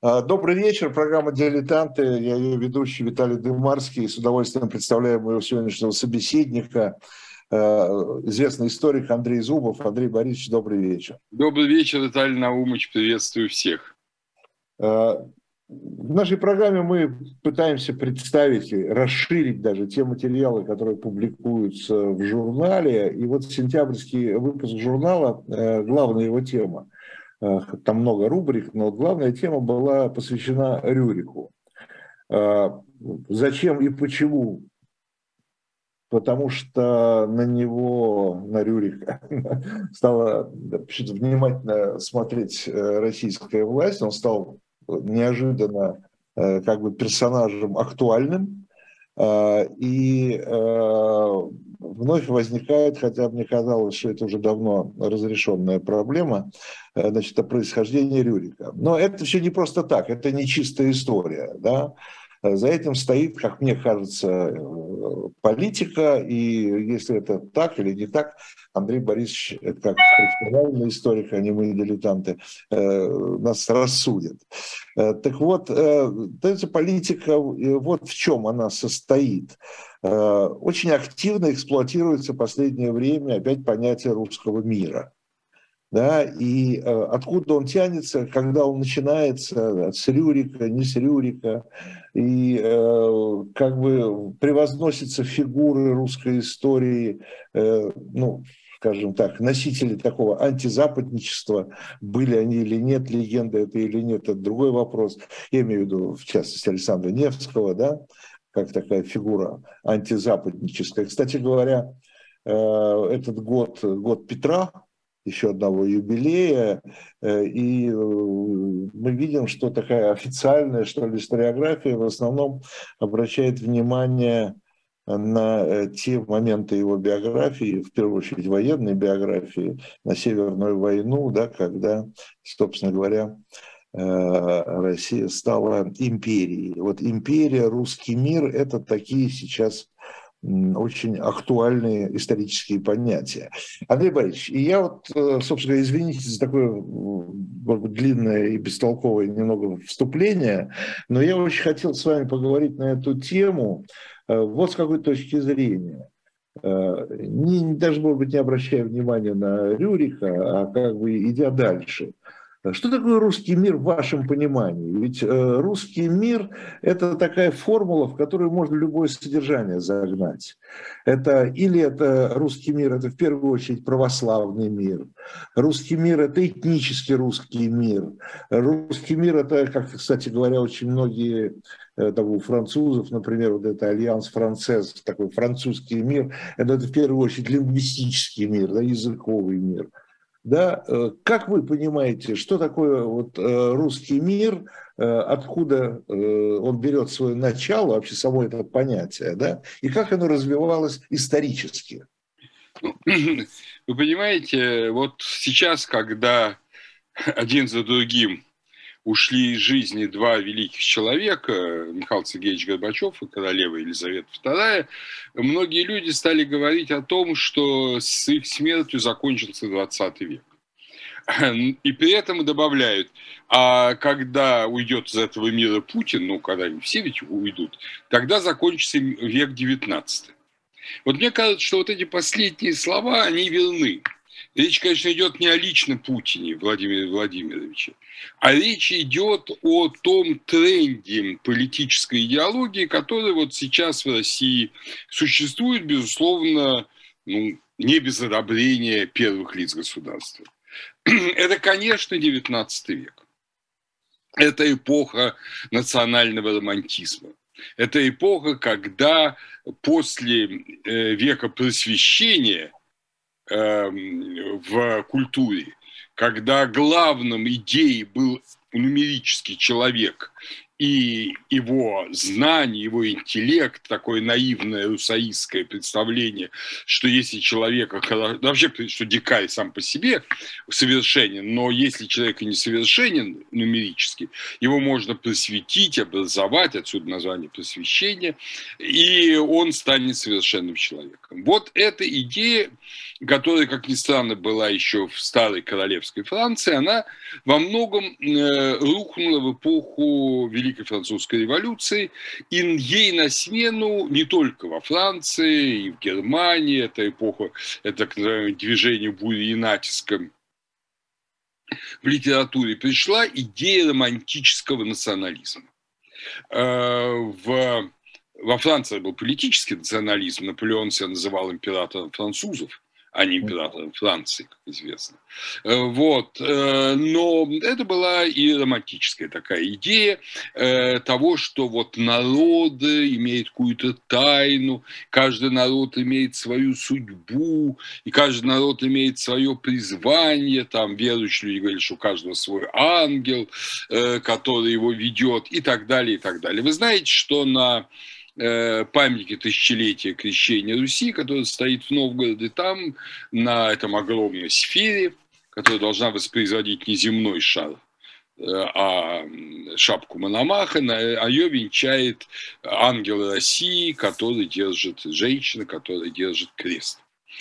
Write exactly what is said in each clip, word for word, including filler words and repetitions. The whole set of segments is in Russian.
А, Добрый вечер, программа «Дилетанты». Я ее ведущий Виталий Дымарский. С удовольствием представляю моего сегодняшнего собеседника, э, известный историк Андрей Зубов. Андрей Борисович, добрый вечер. Добрый вечер, Виталий Наумович, приветствую всех. Э, В нашей программе мы пытаемся представить и расширить даже те материалы, которые публикуются в журнале. И вот сентябрьский выпуск журнала, э, главная его тема, э, там много рубрик, но вот главная тема была посвящена Рюрику. А, Зачем и почему? Потому что на него, на Рюрика, стала внимательно смотреть э, российская власть. Он стал неожиданно э, как бы персонажем актуальным. А, И э, вновь возникает, хотя мне казалось, что это уже давно разрешенная проблема, э, значит, о происхождении Рюрика. Но это все не просто так, это не чистая история, да. За этим стоит, как мне кажется, э, политика, и если это так или не так, Андрей Борисович, как профессиональный историк, а не мы дилетанты, э, нас рассудит. Э, Так вот, э, эта политика, э, вот в чем она состоит. Э, Очень активно эксплуатируется в последнее время опять понятие русского мира. Да, и э, откуда он тянется, когда он начинается, с Рюрика, не с Рюрика, и э, как бы превозносятся фигуры русской истории, э, ну, скажем так, носители такого антизападничества, были они или нет, легенда это или нет, это другой вопрос. Я имею в виду, в частности, Александра Невского, да, как такая фигура антизападническая. Кстати говоря, э, этот год, год Петра, еще одного юбилея, и мы видим, что такая официальная, что ли, историография в основном обращает внимание на те моменты его биографии, в первую очередь военной биографии, на Северную войну, да, когда, собственно говоря, Россия стала империей. Вот империя, русский мир – это такие сейчас очень актуальные исторические понятия. Андрей Борисович, и я вот, собственно, извините за такое, может быть, длинное и бестолковое немного вступление, но я очень хотел с вами поговорить на эту тему вот с какой точки зрения. Не, даже, может быть, не обращая внимания на Рюрика, а как бы идя дальше. Что такое русский мир в вашем понимании? Ведь э, русский мир – это такая формула, в которую можно любое содержание загнать. Это, или это русский мир – это в первую очередь православный мир. Русский мир – это этнический русский мир. Русский мир – это, как, кстати говоря, очень многие там, у французов, например, вот это альянс францез, такой французский мир – это, это в первую очередь лингвистический мир, да, языковый мир. Да, как вы понимаете, что такое вот русский мир, откуда он берет свое начало, вообще само это понятие, да, и как оно развивалось исторически? Вы понимаете, вот сейчас, когда один за другим ушли из жизни два великих человека, Михаил Сергеевич Горбачев и королева Елизавета вторая, многие люди стали говорить о том, что с их смертью закончился двадцатый век. И при этом добавляют, а когда уйдет из этого мира Путин, ну, когда все ведь уйдут, тогда закончится век девятнадцатый. Вот мне кажется, что вот эти последние слова, они верны. Речь, конечно, идет не о личном Путине Владимире Владимировиче, а речь идет о том тренде политической идеологии, который вот сейчас в России существует, безусловно, ну, не без одобрения первых лиц государства. Это, конечно, девятнадцатый век. Это эпоха национального романтизма. Это эпоха, когда после века просвещения в культуре, когда главным идеей был нумерический человек, и его знание, его интеллект, такое наивное русаистское представление, что если человека, вообще, что дикарь сам по себе совершенен, но если человек и несовершенен нумерически, его можно просветить, образовать, отсюда название просвещения, и он станет совершенным человеком. Вот эта идея, которая, как ни странно, была еще в старой королевской Франции, она во многом э, рухнула в эпоху Великой Французской революции, и ей на смену не только во Франции, и в Германии, это эпоха, это так называемое движение бури и натиска в литературе, пришла идея романтического национализма. Э, в, во Франции был политический национализм, Наполеон себя называл императором французов, а не императором Франции, как известно. Вот. Но это была и романтическая такая идея того, что вот народы имеют какую-то тайну, каждый народ имеет свою судьбу, и каждый народ имеет свое призвание, там верующие люди говорят, что у каждого свой ангел, который его ведет, и так далее, и так далее. Вы знаете, что на памятники тысячелетия крещения Руси, который стоит в Новгороде, там на этом огромной сфере, которая должна воспроизводить не земной шар, а шапку Мономаха, а ее венчает ангел России, который держит, женщина, которая держит крест.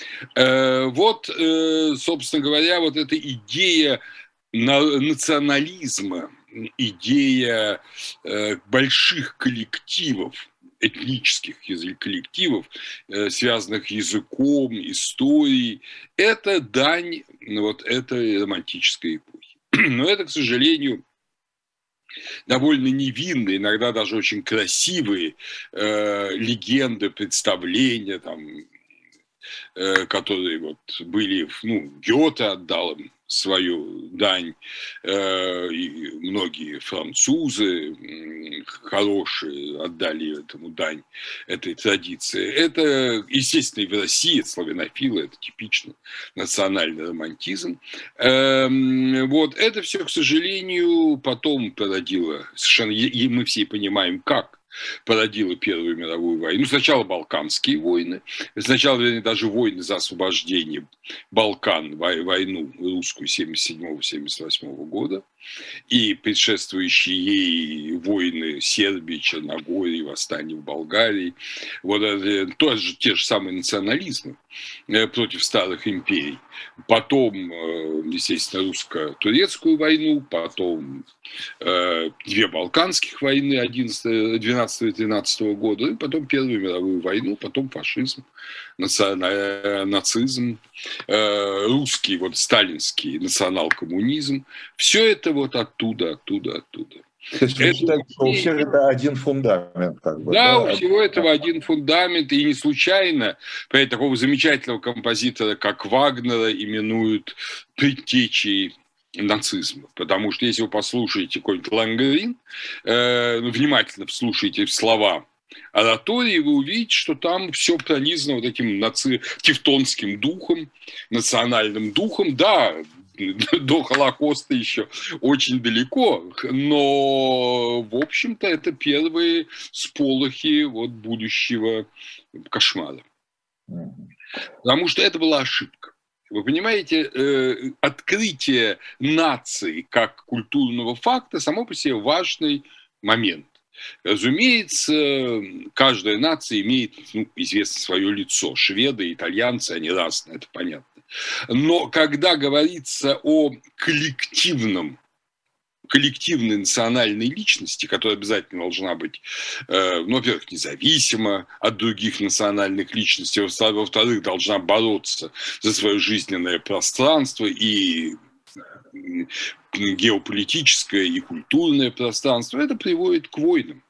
Вот, собственно говоря, вот эта идея национализма, идея больших коллективов, этнических коллективов, связанных языком, историей, это дань вот этой романтической эпохи. Но это, к сожалению, довольно невинные, иногда даже очень красивые э, легенды, представления, там, э, которые вот были, ну, Гёте отдал им свою дань, и многие французы хорошие отдали этому дань, этой традиции. Это, естественно, и в России, славянофилы, это типичный национальный романтизм. Вот это все, к сожалению, потом породило, совершенно, и мы все понимаем, как породила Первую мировую войну. Сначала Балканские войны, сначала, вернее, даже войны за освобождение Балкан, войну русскую семьдесят седьмого — семьдесят восьмого года, и предшествующие ей войны Сербии, Черногории, восстания в Болгарии. Вот это тоже те же самые национализмы против старых империй. Потом, естественно, русско-турецкую войну, потом две Балканских войны двенадцатого-тринадцатого года, и потом Первую мировую войну, потом фашизм, нацизм, русский, вот сталинский национал-коммунизм. Все это вот оттуда, оттуда, оттуда. То есть вы считаете, что у всех это один фундамент? Как бы, да, да, у всего этого один фундамент, и не случайно такого замечательного композитора, как Вагнера, именуют предтечей нацизма. Потому что если вы послушаете какой-нибудь Лангрин, э, внимательно вслушаете в слова оратории, вы увидите, что там все пронизано вот этим наци... тевтонским духом, национальным духом. Да, до Холокоста еще очень далеко, но, в общем-то, это первые сполохи вот будущего кошмара. Потому что это была ошибка. Вы понимаете, э, открытие нации как культурного факта само по себе важный момент. Разумеется, каждая нация имеет, ну, известно, свое лицо. Шведы, итальянцы, они разные, это понятно. Но когда говорится о коллективном, коллективной национальной личности, которая обязательно должна быть, э, ну, во-первых, независима от других национальных личностей, во-вторых, должна бороться за свое жизненное пространство и геополитическое, и культурное пространство, это приводит к войнам.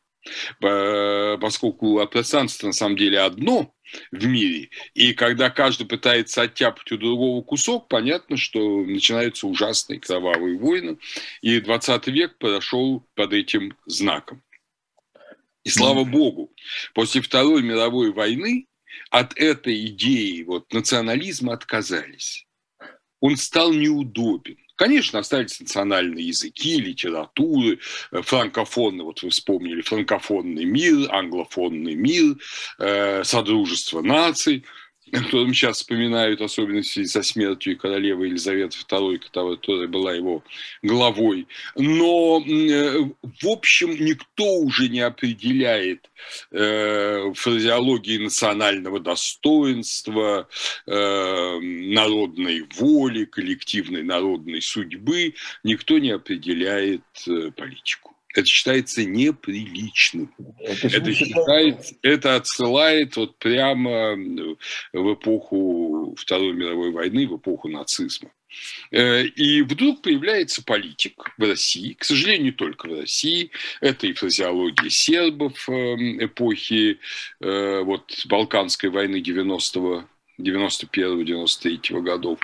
Поскольку пространство на самом деле одно в мире, и когда каждый пытается оттяпать у другого кусок, понятно, что начинаются ужасные кровавые войны, и двадцатый век прошел под этим знаком. И слава богу, после Второй мировой войны от этой идеи вот, национализма отказались. Он стал неудобен. Конечно, остались национальные языки, литературы, франкофонный, вот вы вспомнили, франкофонный мир, англофонный мир, э, содружество наций, о котором сейчас вспоминают, особенно в связи со смертью королевы Елизаветы второй, которая была его главой. Но, в общем, никто уже не определяет э, фразеологии национального достоинства, э, народной воли, коллективной народной судьбы. Никто не определяет э, политику. Это считается неприличным. Это, это, считается, это отсылает вот прямо в эпоху Второй мировой войны, в эпоху нацизма. И вдруг появляется политик в России, к сожалению, не только в России, это и фразеология сербов эпохи вот, Балканской войны девяностого девяносто первого девяносто третьего годов.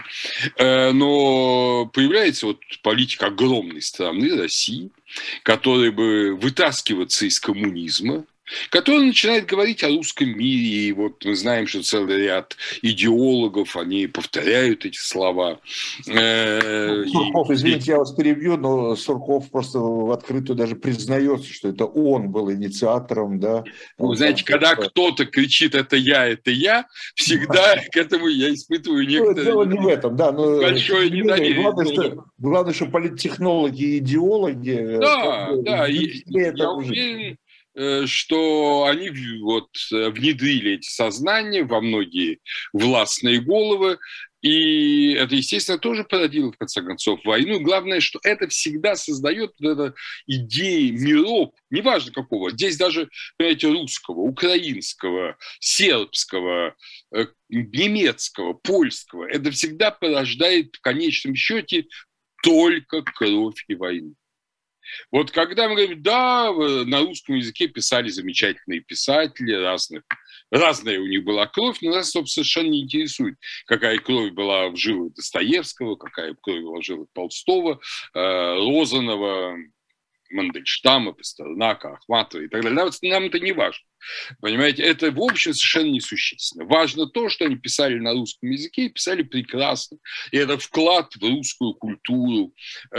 Но появляется вот политика огромной страны, России, которая бы вытаскиваться из коммунизма, который начинает говорить о русском мире. И вот мы знаем, что целый ряд идеологов, они повторяют эти слова. Сурков, извините, я вас перебью, но Сурков просто в открытую даже признается, что это он был инициатором. Да? Вы знаете, когда кто-то кричит «это я, это я», всегда к этому я испытываю некоторое... Дело не в этом, да. Но большое недоверие. Главное, что, главное, что политтехнологи и идеологи... Да, да, и, я уверен, что они вот внедрили эти сознания во многие властные головы, и это, естественно, тоже породило, в конце концов, войну. Главное, что это всегда создает вот эту идею миров, неважно какого, здесь даже, понимаете, русского, украинского, сербского, немецкого, польского. Это всегда порождает в конечном счете только кровь и войну. Вот когда мы говорим, да, на русском языке писали замечательные писатели, разных, разная у них была кровь, но нас, собственно, совершенно не интересует, какая кровь была в жилах Достоевского, какая кровь была в жилах Толстого, Розанова, Мандельштама, Пастернака, Ахматова и так далее. Нам это не важно. Понимаете, это в общем совершенно несущественно. Важно то, что они писали на русском языке и писали прекрасно. И это вклад в русскую культуру.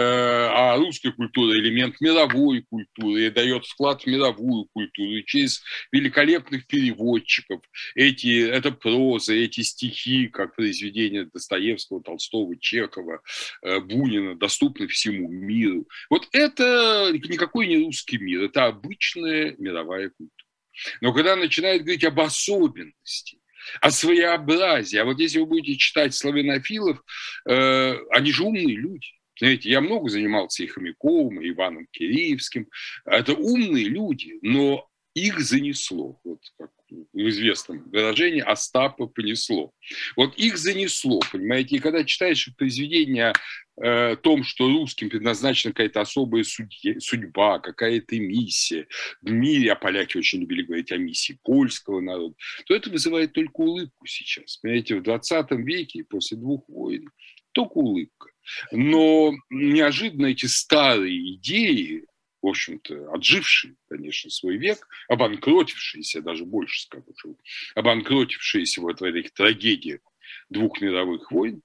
А русская культура – элемент мировой культуры, и дает вклад в мировую культуру. И через великолепных переводчиков эти, это проза, эти стихи, как произведения Достоевского, Толстого, Чехова, Бунина, доступны всему миру. Вот это никакой не русский мир, это обычная мировая культура. Но когда начинают говорить об особенности, о своеобразии, а вот если вы будете читать славянофилов, э, они же умные люди. Знаете, я много занимался и Хомяковым, и Иваном Киреевским. Это умные люди, но их занесло. Вот как в известном выражении Остапа понесло. Вот их занесло, понимаете. И когда читаешь произведения о том, что русским предназначена какая-то особая судьба, какая-то миссия в мире, а поляки очень любили говорить о миссии польского народа, то это вызывает только улыбку сейчас. Понимаете, в двадцатом веке, после двух войн, только улыбка. Но неожиданно эти старые идеи, в общем-то, отжившие, конечно, свой век, обанкротившиеся, даже больше скажу, обанкротившиеся вот в этих трагедиях двух мировых войн,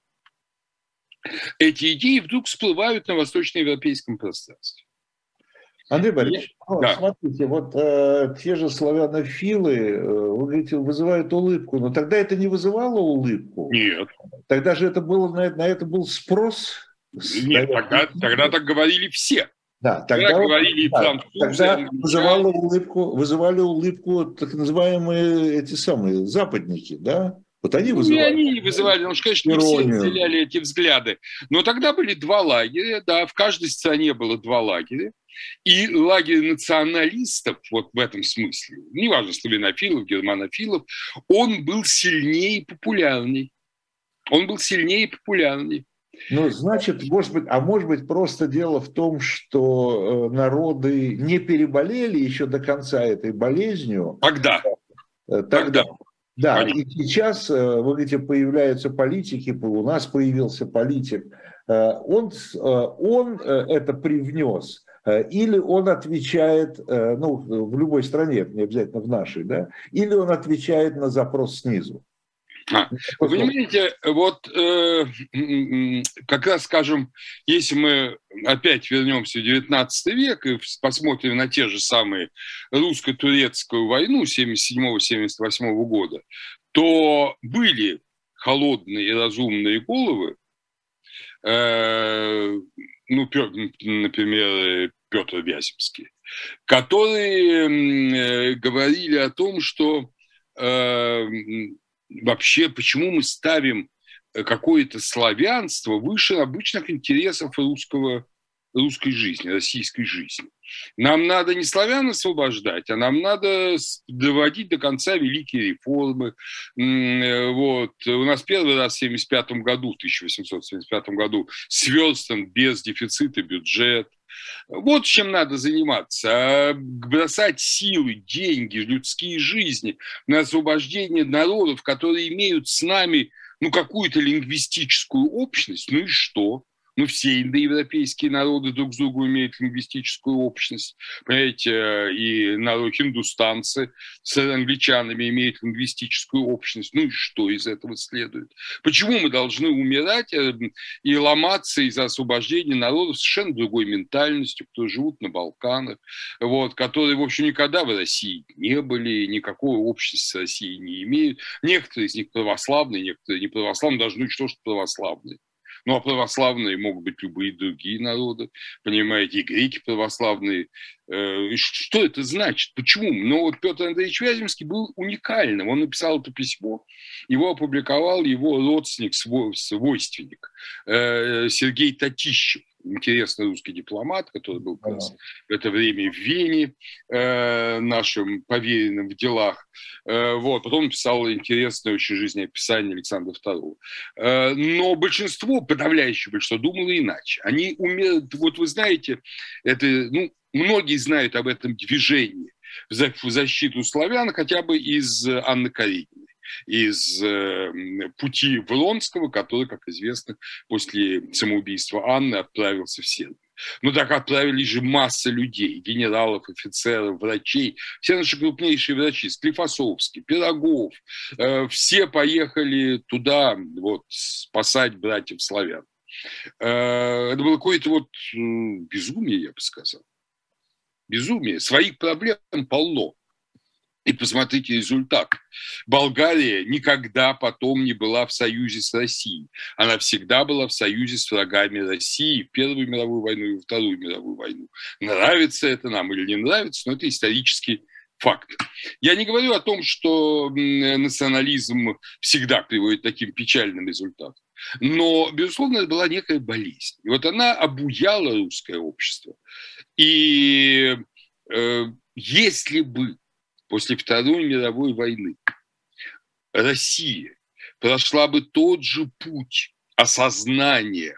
эти идеи вдруг всплывают на восточноевропейском пространстве. Андрей Борисович, ну, да. Смотрите, вот э, те же славянофилы, э, вы говорите, вызывают улыбку, но тогда это не вызывало улыбку? Нет. Тогда же это было, на, на это был спрос? Нет, тогда, тогда так говорили все. Да, тогда, тогда говорили да, французы. Тогда вызывало улыбку, вызывали улыбку так называемые эти самые западники, да? Вот они вызывали. Ну, они не вызывали, потому что, конечно, не все разделяли эти взгляды. Но тогда были два лагеря, да, в каждой стране было два лагеря. И лагерь националистов, вот в этом смысле, неважно, славянофилов, германофилов, он был сильнее и популярней. Он был сильнее и популярней. Ну, значит, может быть, а может быть, просто дело в том, что народы не переболели еще до конца этой болезнью. Тогда. Тогда. Тогда. Да, Понятно. И сейчас, вы говорите, появляются политики, у нас появился политик, он, он это привнес, или он отвечает, ну, в любой стране, не обязательно в нашей, да, или он отвечает на запрос снизу. А, вы понимаете, вот э, как раз, скажем, если мы опять вернемся в девятнадцатый век и посмотрим на те же самые русско-турецкую войну семьдесят седьмого — семьдесят восьмого года, то были холодные и разумные головы, э, ну, например, Петр Вяземский, которые э, говорили о том, что э, вообще, почему мы ставим какое-то славянство выше обычных интересов русского, русской жизни, российской жизни. Нам надо не славян освобождать, а нам надо доводить до конца великие реформы. Вот. У нас первый раз в семьдесят пятом году, в тысяча восемьсот семьдесят пятом году сверстан без дефицита бюджет. Вот чем надо заниматься. А бросать силы, деньги, людские жизни на освобождение народов, которые имеют с нами ну, какую-то лингвистическую общность, ну и что? Ну, все индоевропейские народы друг с другом имеют лингвистическую общность. Понимаете, и народ, хиндустанцы с англичанами имеют лингвистическую общность. Ну и что из этого следует? Почему мы должны умирать и ломаться из-за освобождения народов с совершенно другой ментальностью, которые живут на Балканах, вот, которые, в общем, никогда в России не были, никакого общества с Россией не имеют. Некоторые из них православные, некоторые не православные, даже ну что ж православные. Ну, а православные могут быть любые другие народы, понимаете, и греки православные. Что это значит? Почему? Ну, вот Петр Андреевич Вяземский был уникальным. Он написал это письмо, его опубликовал его родственник, свойственник Сергей Татищев. Интересный русский дипломат, который был как раз в это время в Вене, э, нашим поверенным в делах. Э, вот. Потом писал интересное очень жизнеописание Александра второго. Э, но большинство, подавляющее большинство, думало иначе. Они умеют, вот вы знаете, это, ну, многие знают об этом движении в защиту славян, хотя бы из Анны Карениной, из э, пути Вронского, который, как известно, после самоубийства Анны отправился в Сербию. Но так отправились же масса людей, генералов, офицеров, врачей, все наши крупнейшие врачи, Склифосовский, Пирогов, э, все поехали туда вот, спасать братьев славян. Э, это было какое-то вот э, безумие, я бы сказал. Безумие. Своих проблем полно. И посмотрите результат. Болгария никогда потом не была в союзе с Россией. Она всегда была в союзе с врагами России в Первую мировую войну и Вторую мировую войну. Нравится это нам или не нравится, но это исторический факт. Я не говорю о том, что национализм всегда приводит к таким печальным результатам. Но, безусловно, это была некая болезнь. И вот она обуяла русское общество. И э, если бы после Второй мировой войны Россия прошла бы тот же путь осознания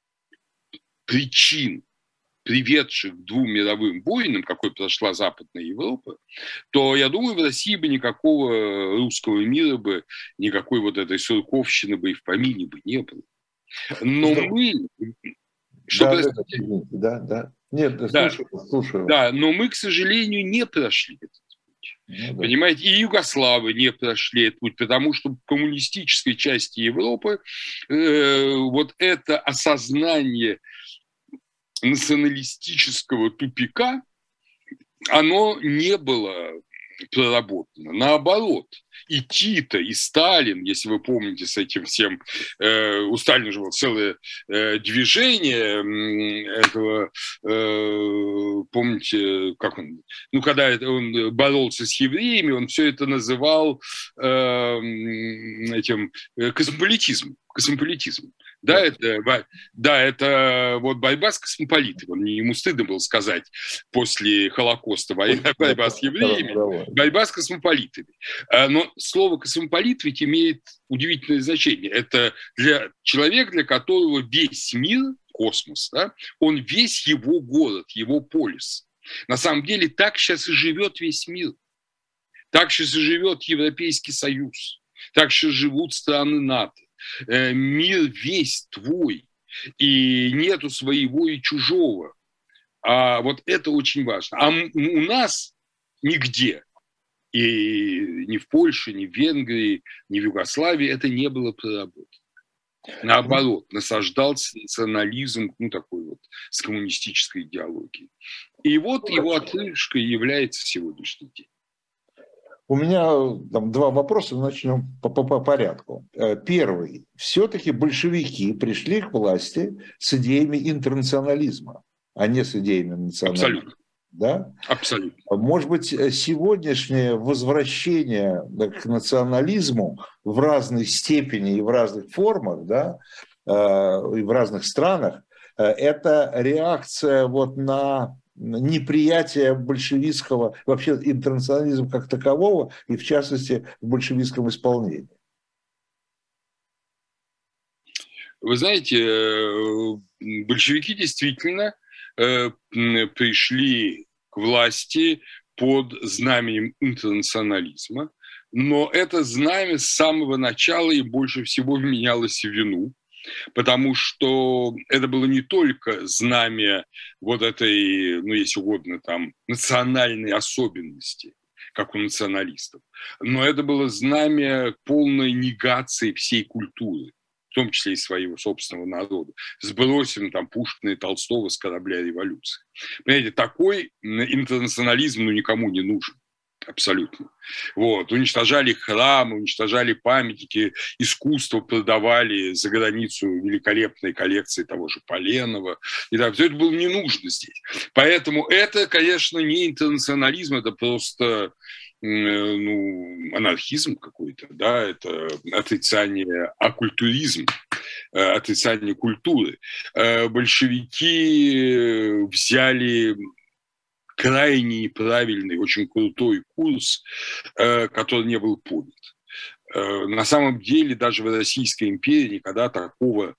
причин, приведших к двум мировым войнам, какой прошла Западная Европа, то, я думаю, в России бы никакого русского мира бы, никакой вот этой сурковщины бы и в помине бы не было. Но да. мы... Что да, да, да, да. Нет, да, да, слушаю, слушаю. Да, но мы, к сожалению, не прошли этот путь. Ну, да. Понимаете, и югославы не прошли этот путь, потому что в коммунистической части Европы э, вот это осознание националистического тупика, оно не было проработано. Наоборот, и Тита, и Сталин, если вы помните с этим всем, э, у Сталина же было целое э, движение э, этого, э, помните, как он, ну, когда это, он боролся с евреями, он все это называл э, этим э, космополитизмом, космополитизмом. Да, это, да, это вот борьба с космополитами. Ему стыдно было сказать после Холокоста борьба с евреями, борьба с космополитами. Но слово космополит ведь имеет удивительное значение. Это для человека, для которого весь мир, космос, да, он весь его город, его полис. На самом деле так сейчас и живет весь мир. Так сейчас и живет Европейский Союз. Так сейчас живут страны НАТО. Мир весь твой, и нету своего и чужого. А вот это очень важно. А у нас нигде И ни в Польше, ни в Венгрии, ни в Югославии это не было проработано. Наоборот, насаждался национализм, ну, такой вот, с коммунистической идеологией. И вот его отрыжкой является сегодняшний день. У меня там два вопроса, начнем по, по, по порядку. Первый. Все-таки большевики пришли к власти с идеями интернационализма, а не с идеями национализма. Абсолютно. Да? Абсолютно. Может быть, сегодняшнее возвращение к национализму в разной степени и в разных формах, да, и в разных странах, это реакция вот на неприятие большевистского, вообще интернационализма как такового, и в частности в большевистском исполнении. Вы знаете, большевики действительно пришли к власти под знаменем интернационализма, но это знамя с самого начала и больше всего вменялось в вину, потому что это было не только знамя вот этой, ну, если угодно, там, национальной особенности, как у националистов, но это было знамя полной негации всей культуры, в том числе и своего собственного народа. Сбросим там Пушкина и Толстого с корабля революции. Понимаете, такой интернационализм ну, никому не нужен. Абсолютно. Вот. Уничтожали храмы, уничтожали памятники, искусство продавали за границу великолепные коллекции того же Поленова. И так, все это было не нужно здесь. Поэтому это, конечно, не интернационализм, это просто ну, анархизм какой-то, да, это отрицание оккультуризм, отрицание культуры. Большевики взяли крайне неправильный, очень крутой курс, который не был понят. На самом деле даже в Российской империи никогда такого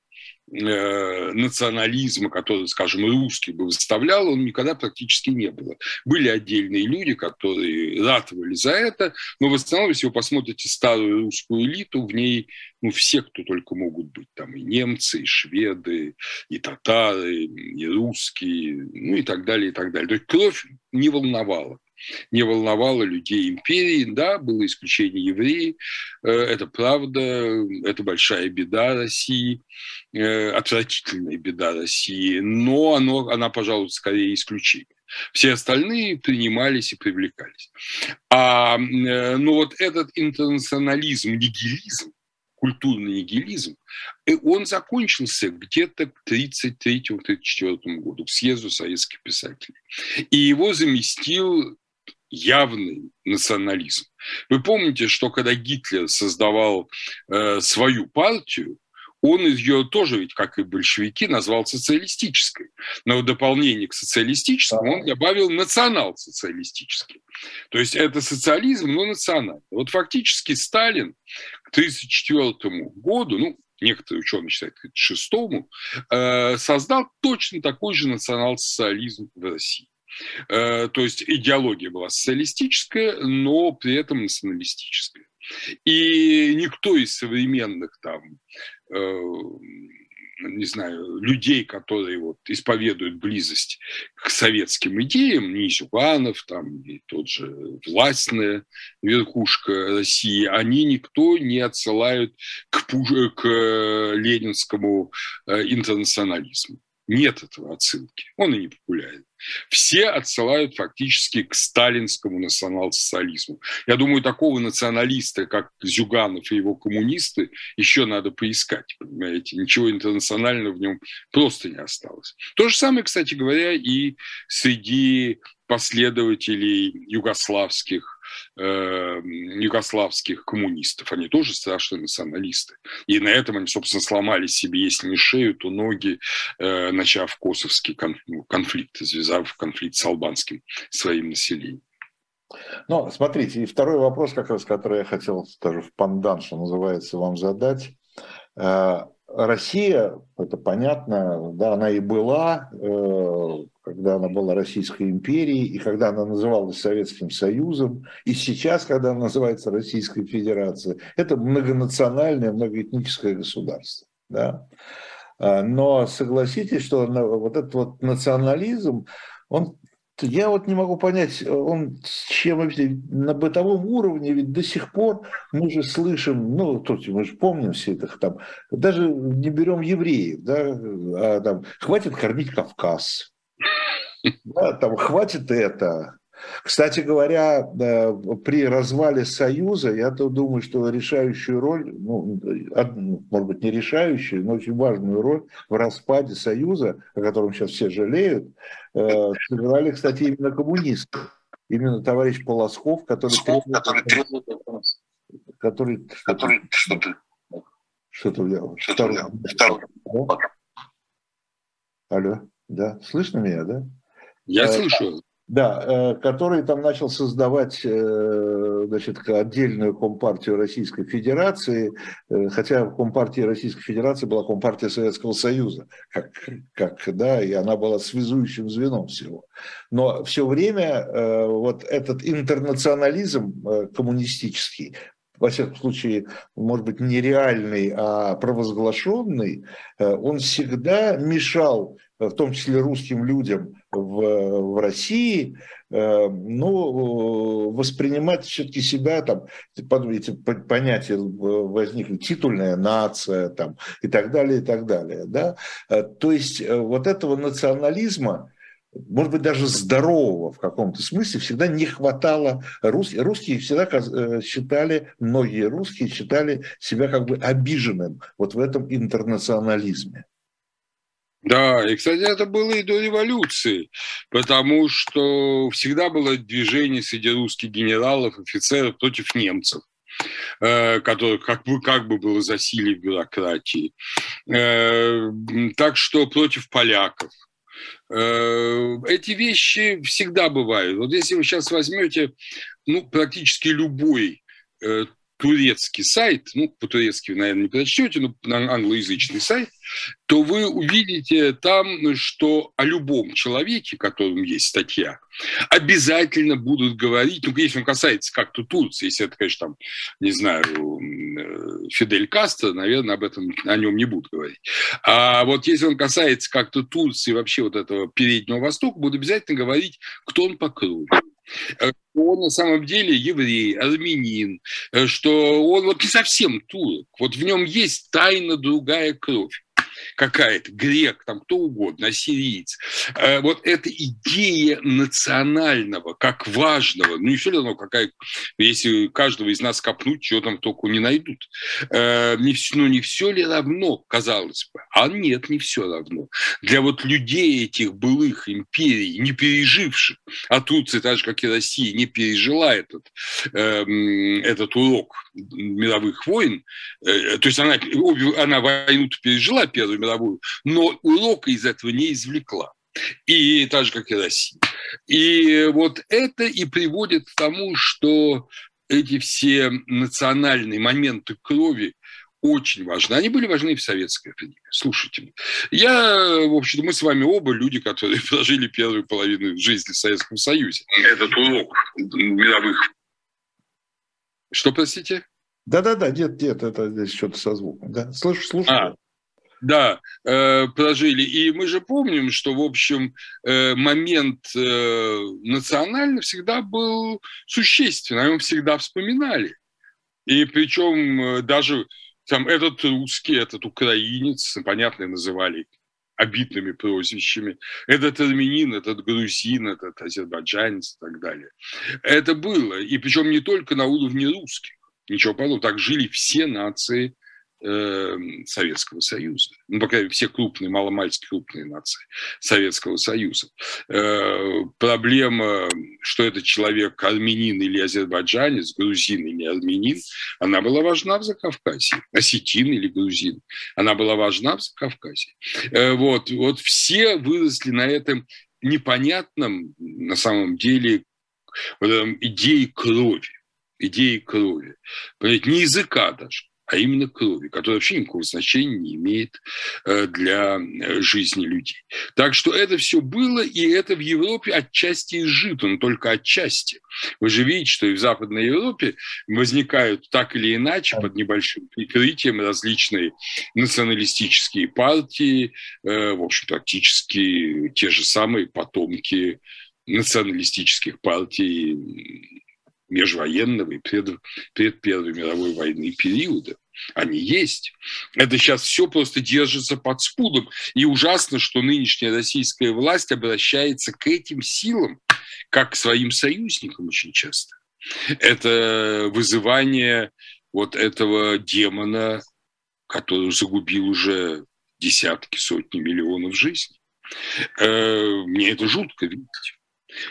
национализма, который, скажем, русский бы выставлял, он никогда практически не было. Были отдельные люди, которые ратовали за это, но в основном, если вы посмотрите старую русскую элиту, в ней ну, все, кто только могут быть. Там и немцы, и шведы, и татары, и русские, ну и так далее, и так далее. То есть кровь не волновала. Не волновало людей империи, да, было исключение евреи, это правда, это большая беда России, отвратительная беда России, но оно, она, пожалуй, скорее исключение. Все остальные принимались и привлекались. А, ну вот этот интернационализм, нигилизм, культурный нигилизм, он закончился где-то к тридцать третьему — тридцать четвёртому году, к съезду советских писателей. И его заместил явный национализм. Вы помните, что когда Гитлер создавал э, свою партию, он ее тоже, ведь как и большевики, назвал социалистической. Но в дополнение к социалистическому он добавил национал-социалистический. То есть это социализм, но национальный. Вот фактически Сталин к тридцать четвёртому году, ну, некоторые ученые считают, к тридцать шестому, э, создал точно такой же национал-социализм в России. То есть идеология была социалистическая, но при этом националистическая. И никто из современных там, э, не знаю, людей, которые вот исповедуют близость к советским идеям, ни Зюганов, там, и тот же властная верхушка России, они никто не отсылают к, к ленинскому интернационализму. Нет этого отсылки, он и не популярен. Все отсылают фактически к сталинскому национал-социализму. Я думаю, такого националиста, как Зюганов и его коммунисты, еще надо поискать, понимаете. Ничего интернационального в нем просто не осталось. То же самое, кстати говоря, и среди последователей югославских, э, югославских коммунистов. Они тоже страшные националисты. И на этом они, собственно, сломали себе, если не шею, то ноги, э, начав косовский конфликт, связав конфликт с албанским своим населением. Ну, смотрите, и второй вопрос, как раз, который я хотел тоже в пандан, что называется, вам задать. Россия, это понятно, да, она и была, когда она была Российской империей, и когда она называлась Советским Союзом, и сейчас, когда она называется Российской Федерацией, это многонациональное, многоэтническое государство. Да? Но согласитесь, что вот этот вот национализм, он Я вот не могу понять, он с чем вообще на бытовом уровне, ведь до сих пор мы же слышим, ну, тут мы же помним все это, там, даже не берем евреев, да, а там, хватит кормить Кавказ, да, там, хватит это. Кстати говоря, при развале Союза, я-то думаю, что решающую роль, ну, может быть, не решающую, но очень важную роль в распаде Союза, о котором сейчас все жалеют, сыграли, кстати, именно коммунисты. Именно товарищ Полосков, который требовал... Который что-то... Что-то что-то взял. Второй. Алло, да, слышно меня, да? Я слышу. Да, который там начал создавать, значит, отдельную Компартию Российской Федерации, хотя Компартия Российской Федерации была Компартия Советского Союза, как, как, да, и она была связующим звеном всего. Но все время вот этот интернационализм коммунистический, во всяком случае, может быть, не реальный, а провозглашенный, он всегда мешал, в том числе русским людям в, в России, ну, воспринимать все-таки себя, там, эти понятия возникли, титульная нация, там, и так далее, и так далее. Да? То есть вот этого национализма, может быть, даже здорового в каком-то смысле, всегда не хватало. Русские, русские всегда считали, многие русские считали себя как бы обиженным вот в этом интернационализме. Да, и, кстати, это было и до революции, потому что всегда было движение среди русских генералов, офицеров против немцев, которых как бы, как бы было засилие в бюрократии. Так что против поляков. Эти вещи всегда бывают. Вот если вы сейчас возьмете, ну, практически любой э, турецкий сайт, ну, по-турецки вы, наверное, не прочтете, но англоязычный сайт, то вы увидите там, что о любом человеке, о котором есть статья, обязательно будут говорить, ну, если он касается как-то Турции, если это, конечно, там, не знаю, Фидель Кастро, наверное, об этом, о нем не будут говорить. А вот если он касается как-то Турции, вообще вот этого Переднего Востока, будут обязательно говорить, кто он по крови. Он на самом деле еврей, армянин, что он вот не совсем турок, вот в нем есть тайна другая кровь какая-то, грек, там кто угодно, ассириец. Вот эта идея национального, как важного, ну не все равно, какая, если каждого из нас копнуть, чего там только не найдут. Не, ну не все ли равно, казалось бы? А нет, не все равно. Для вот людей этих былых империй, не переживших, а Турция, так же как и Россия, не пережила этот, этот урок мировых войн, то есть она, она войну-то пережила, Первую мировую, но урока из этого не извлекла. И так же, как и Россия. И вот это и приводит к тому, что эти все национальные моменты крови очень важны. Они были важны и в советское время. Слушайте, я, в общем-то, мы с вами оба люди, которые прожили первую половину жизни в Советском Союзе. Этот урок мировых... Что, простите? Да-да-да, нет, нет, это здесь что-то со звуком. Да. Слушай, слушай. А. Да, э, прожили. И мы же помним, что, в общем, э, момент э, национальный всегда был существенный, о нем всегда вспоминали. И причем э, даже там, этот русский, этот украинец, понятно, называли обидными прозвищами, этот армянин, этот грузин, этот азербайджанец и так далее. Это было. И причем не только на уровне русских. Ничего подобного. Так жили все нации Советского Союза. Ну, по крайней мере, все крупные, маломальски крупные нации Советского Союза. Э, проблема, что этот человек армянин или азербайджанец, грузин или армянин, она была важна в Закавказье. Осетин или грузин. Она была важна в Закавказье. Э, вот, вот все выросли на этом непонятном, на самом деле, вот этом идее крови. Идеи крови. Не языка даже, а именно крови, которая вообще никакого значения не имеет для жизни людей. Так что это все было, и это в Европе отчасти изжито, но только отчасти. Вы же видите, что и в Западной Европе возникают так или иначе под небольшим прикрытием различные националистические партии, в общем, практически те же самые потомки националистических партий межвоенного и пред, пред Первой мировой войны периода. Они есть. Это сейчас все просто держится под спудом. И ужасно, что нынешняя российская власть обращается к этим силам как к своим союзникам очень часто. Это вызывание вот этого демона, который загубил уже десятки, сотни миллионов жизней. Мне это жутко видеть.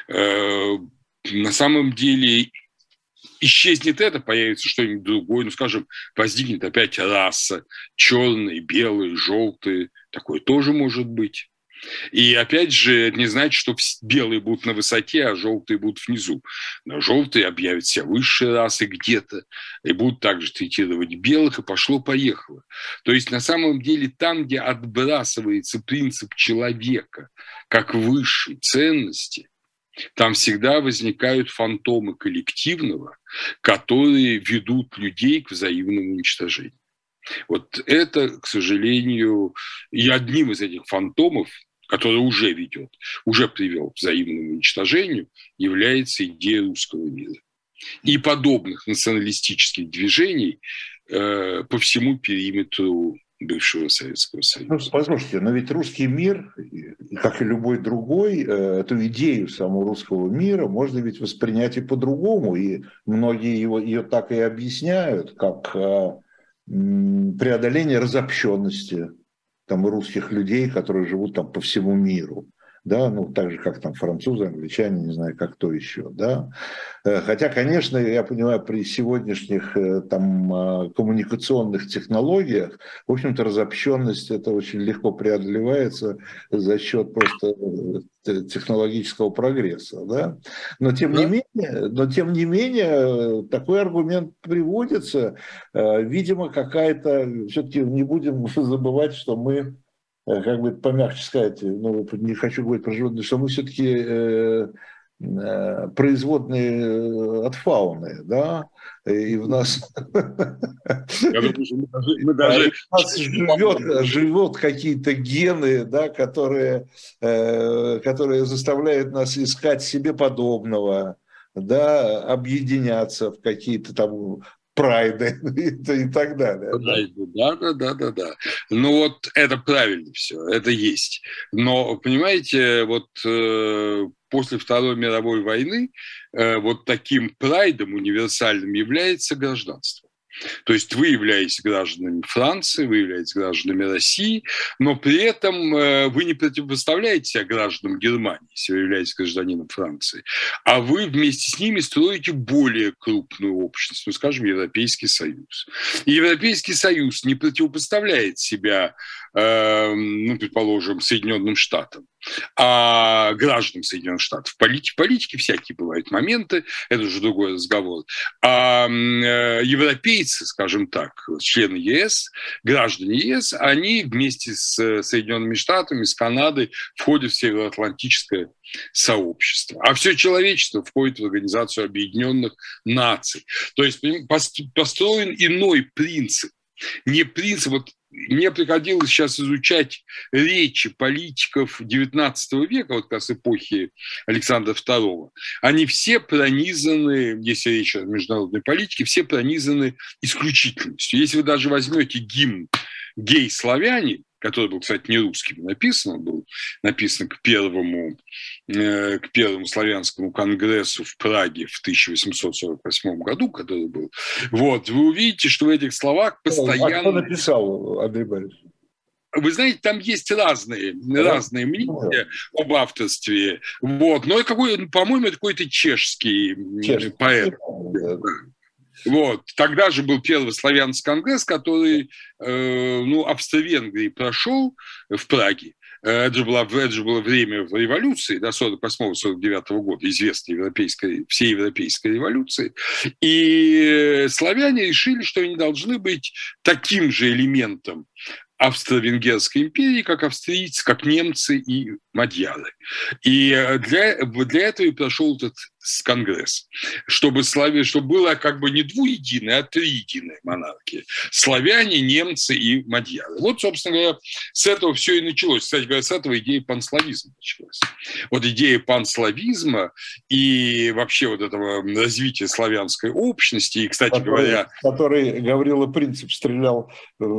На самом деле исчезнет это, появится что-нибудь другое, ну, скажем, возникнет опять раса, черные, белые, желтые, такое тоже может быть. И опять же, это не значит, что белые будут на высоте, а желтые будут внизу. Но желтые объявят себя высшей расы где-то и будут также третировать белых, и пошло-поехало. То есть на самом деле там, где отбрасывается принцип человека как высшей ценности, там всегда возникают фантомы коллективного, которые ведут людей к взаимному уничтожению. Вот это, к сожалению, и одним из этих фантомов, который уже ведет, уже привел к взаимному уничтожению, является идея русского мира. И подобных националистических движений э, по всему периметру бывшего Советского Союза. Ну, послушайте, но ведь русский мир, как и любой другой, эту идею самого русского мира можно ведь воспринять и по-другому, и многие его, ее так и объясняют, как преодоление разобщенности там, русских людей, которые живут там по всему миру. Да, ну, так же, как там французы, англичане, не знаю, как кто еще, да. Хотя, конечно, я понимаю, при сегодняшних там коммуникационных технологиях, в общем-то, разобщенность это очень легко преодолевается за счет просто технологического прогресса, да. Но тем не менее, но тем не менее, такой аргумент приводится. Видимо, какая-то, все-таки не будем забывать, что мы, как бы помягче сказать, ну, не хочу говорить про животные, что мы все-таки э, э, производные от фауны, да, и в нас, живет какие-то гены, да, которые, которые заставляют нас искать себе подобного, да, объединяться в какие-то там прайды и, и так далее. Да, да, да, да, да. Ну вот это правильно все, это есть. Но, понимаете, вот э, после Второй мировой войны э, вот таким прайдом универсальным является гражданство. То есть вы являетесь гражданами Франции, вы являетесь гражданами России, но при этом вы не противопоставляете себя гражданам Германии, если вы являетесь гражданином Франции, а вы вместе с ними строите более крупную общность, ну, скажем, Европейский Союз. И Европейский Союз не противопоставляет себя, э, ну, предположим, Соединенным Штатам, а гражданам Соединенных Штатов. В политике, политике всякие бывают моменты, это уже другой разговор. А э, европейцы, скажем так, члены ЕС, граждане ЕС, они вместе с Соединенными Штатами, с Канадой входят в Североатлантическое сообщество. А все человечество входит в Организацию Объединенных Наций. То есть построен иной принцип. Не принцип, вот мне приходилось сейчас изучать речи политиков девятнадцатого века, вот как раз эпохи Александра второго. Они все пронизаны, если речь о международной политике, все пронизаны исключительностью. Если вы даже возьмете гимн «Гей-славяне», который был, кстати, не русским написан, он был написан к первому, э, к первому славянскому конгрессу в Праге в тысяча восемьсот сорок восьмом году, который был. Вот, вы увидите, что в этих словах постоянно... А кто написал, Андрей Борисович? Вы знаете, там есть разные, да? разные мнения да. об авторстве. Вот. Но какой, по-моему, это какой-то чешский, чешский. поэт. Да. Вот. Тогда же был первый славянский конгресс, который э, ну, Австро-Венгрии прошел в Праге. Это же, было, это же было время революции, да, сорок восьмого — сорок девятого года, известной европейской, всей европейской революции. И славяне решили, что они должны быть таким же элементом Австро-Венгерской империи, как австрийцы, как немцы и мадьяры. И для, для этого и прошел этот конгресс, чтобы, славя, чтобы было как бы не двуединая, а триединая монархия. Славяне, немцы и мадьяры. Вот, собственно говоря, с этого все и началось. Кстати говоря, с этого идея панславизма началась. Вот идея панславизма и вообще вот этого развития славянской общности, и, кстати который, говоря... Который Гаврила Принцип стрелял...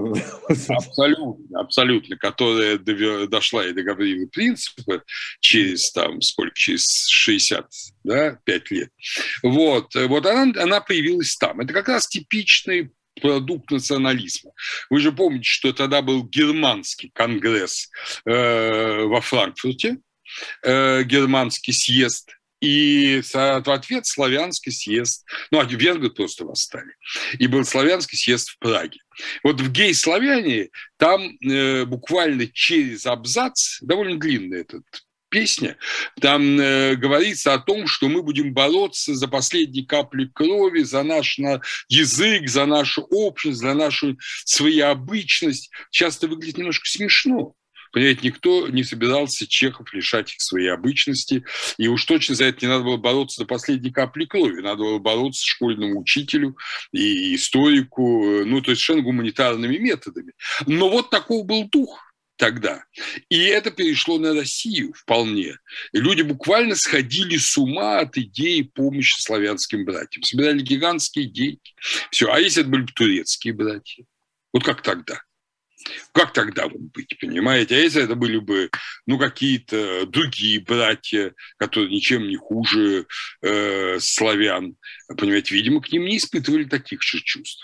Абсолютно, абсолютно. Которая дошла и до Гаврилы Принципа через, там, сколько, через шестьдесят, да, пять лет. Вот, вот она, она появилась там. Это как раз типичный продукт национализма. Вы же помните, что тогда был германский конгресс э, во Франкфурте, э, германский съезд, и в ответ славянский съезд, ну, а венгры просто восстали, и был славянский съезд в Праге. Вот в гей-славяне там э, буквально через абзац, довольно длинный этот песня, там э, говорится о том, что мы будем бороться за последние капли крови, за наш на, язык, за нашу общность, за нашу своеобычность. Часто выглядит немножко смешно. Понимаете, никто не собирался чехов лишать их своей обычности, и уж точно за это не надо было бороться до последней капли крови, надо было бороться школьному учителю и историку, ну, то есть совершенно гуманитарными методами. Но вот таков был дух тогда. И это перешло на Россию вполне. И люди буквально сходили с ума от идеи помощи славянским братьям. Собирали гигантские деньги. Все. А если это были турецкие братья? Вот как тогда? Как тогда вот быть, понимаете? А если это были бы, ну, какие-то другие братья, которые ничем не хуже э, славян, понимаете, видимо, к ним не испытывали таких же чувств.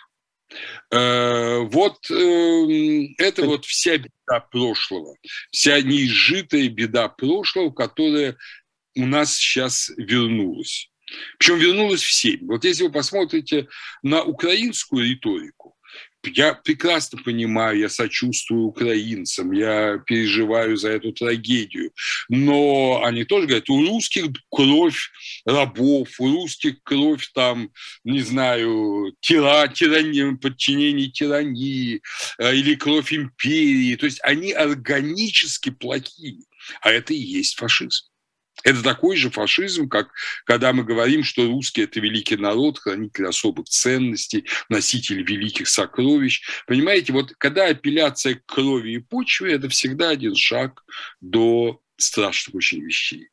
Э, вот э, это вот вся беда прошлого, вся неизжитая беда прошлого, которая у нас сейчас вернулась. Причем вернулась всем. Вот если вы посмотрите на украинскую риторику, я прекрасно понимаю, я сочувствую украинцам, я переживаю за эту трагедию, но они тоже говорят, у русских кровь рабов, у русских кровь там, не знаю, тира, тирания, подчинение тирании или кровь империи. То есть они органически плохие, а это и есть фашизм. Это такой же фашизм, как когда мы говорим, что русские – это великий народ, хранитель особых ценностей, носитель великих сокровищ. Понимаете, вот когда апелляция к крови и почве – это всегда один шаг до страшных очень вещей.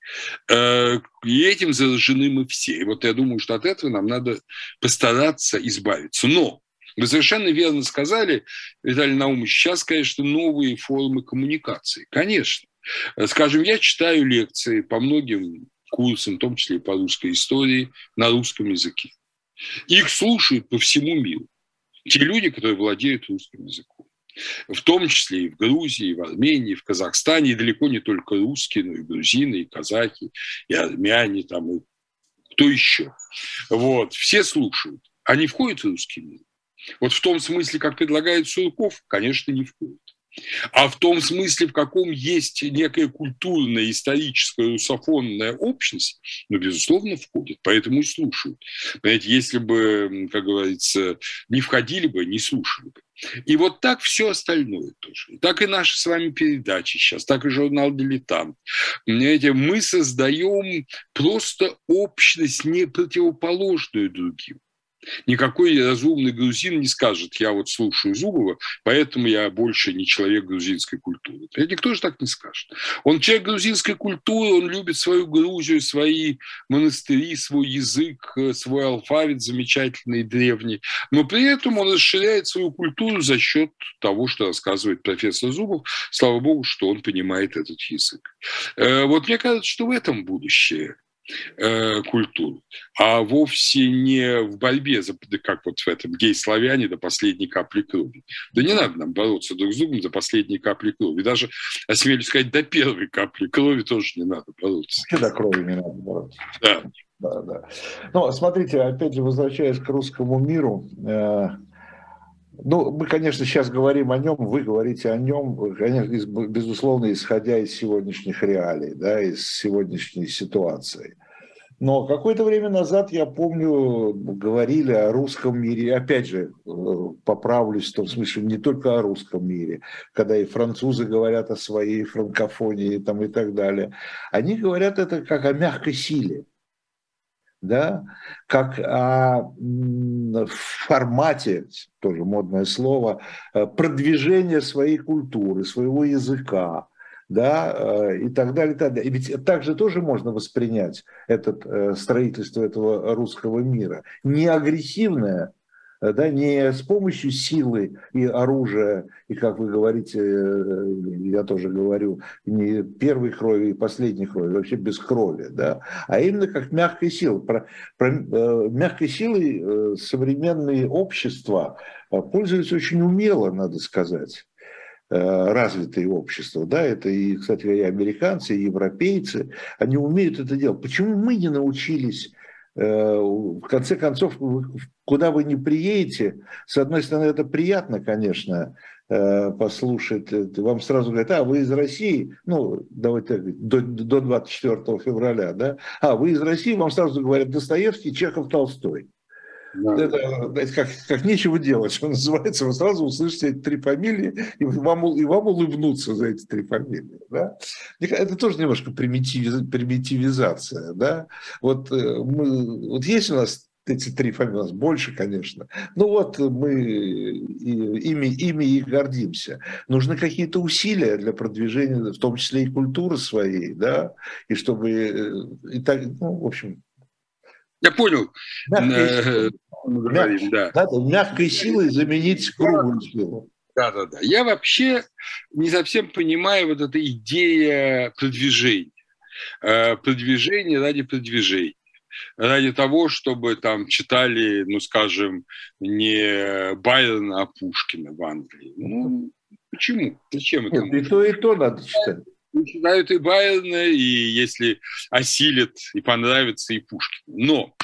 И этим заражены мы все. И вот я думаю, что от этого нам надо постараться избавиться. Но вы совершенно верно сказали, Виталий Наумович, сейчас, конечно, новые формы коммуникации. Конечно. Скажем, я читаю лекции по многим курсам, в том числе и по русской истории, на русском языке. Их слушают по всему миру. Те люди, которые владеют русским языком. В том числе и в Грузии, и в Армении, и в Казахстане. И далеко не только русские, но и грузины, и казахи, и армяне, там, и кто еще. Вот. Все слушают. Они входят в русский мир? Вот в том смысле, как предлагает Сурков, конечно, не входят. А в том смысле, в каком есть некая культурная, историческая, русофонная общность, ну, безусловно, входит, поэтому и слушают. Понимаете, если бы, как говорится, не входили бы, не слушали бы. И вот так все остальное тоже. Так и наши с вами передачи сейчас, так и журнал «Дилетант». Понимаете, мы создаем просто общность, не противоположную другим. Никакой разумный грузин не скажет, я вот слушаю Зубова, поэтому я больше не человек грузинской культуры. Это никто же так не скажет. Он человек грузинской культуры, он любит свою Грузию, свои монастыри, свой язык, свой алфавит замечательный, древний. Но при этом он расширяет свою культуру за счет того, что рассказывает профессор Зубов. Слава богу, что он понимает этот язык. Вот мне кажется, что в этом будущее культуры, а вовсе не в борьбе, за, как вот в этом гей-славяне до последней капли крови. Да не надо нам бороться друг с другом до последней капли крови. Даже, осмелюсь сказать, до первой капли крови тоже не надо бороться. Вообще до крови не надо бороться. Да. Да, да. Но смотрите, опять же, возвращаясь к русскому миру, э, ну, мы, конечно, сейчас говорим о нем, вы говорите о нем, конечно, безусловно, исходя из сегодняшних реалий, да, из сегодняшней ситуации. Но какое-то время назад, я помню, говорили о русском мире. Опять же, поправлюсь в том смысле, не только о русском мире, когда и французы говорят о своей франкофонии там, и так далее. Они говорят это как о мягкой силе, да? Как о формате, тоже модное слово, продвижения своей культуры, своего языка. Да, и так далее, и так далее. И ведь также тоже можно воспринять это строительство этого русского мира. Не агрессивное, да, не с помощью силы и оружия, и, как вы говорите, я тоже говорю, не первой крови и последней крови, вообще без крови, да, а именно как мягкой силой. Про, про, мягкой силой современные общества пользуются очень умело, надо сказать. Развитые общества, да, это и, кстати говоря, и американцы, и европейцы, они умеют это делать. Почему мы не научились, в конце концов, куда вы ни приедете, с одной стороны, это приятно, конечно, послушать, вам сразу говорят, а, вы из России, ну, давайте так, до, до двадцать четвёртого февраля, да, а, вы из России, вам сразу говорят Достоевский, Чехов, Толстой. Да. Это, это как, как нечего делать, что называется, вы сразу услышите эти три фамилии, и вам, и вам улыбнутся за эти три фамилии. Да? Это тоже немножко примитив, примитивизация. Да? Вот, мы, вот есть у нас эти три фамилии, у нас больше, конечно, но вот мы ими, ими и гордимся. Нужны какие-то усилия для продвижения, в том числе и культуры своей, да, и чтобы, и так, ну, в общем... Я понял. Мягкой, говорим, да. Да, мягкой силой заменить грубую силу. Да, да, да. Я вообще не совсем понимаю вот эта идея продвижения. Продвижение ради продвижения. Ради того, чтобы там читали, ну, скажем, не Байрона, а Пушкина в Англии. Ну, почему? Зачем это? Нет, и то, и то надо читать. Читают и Байрона, и если осилит, и понравится, и Пушкина. Но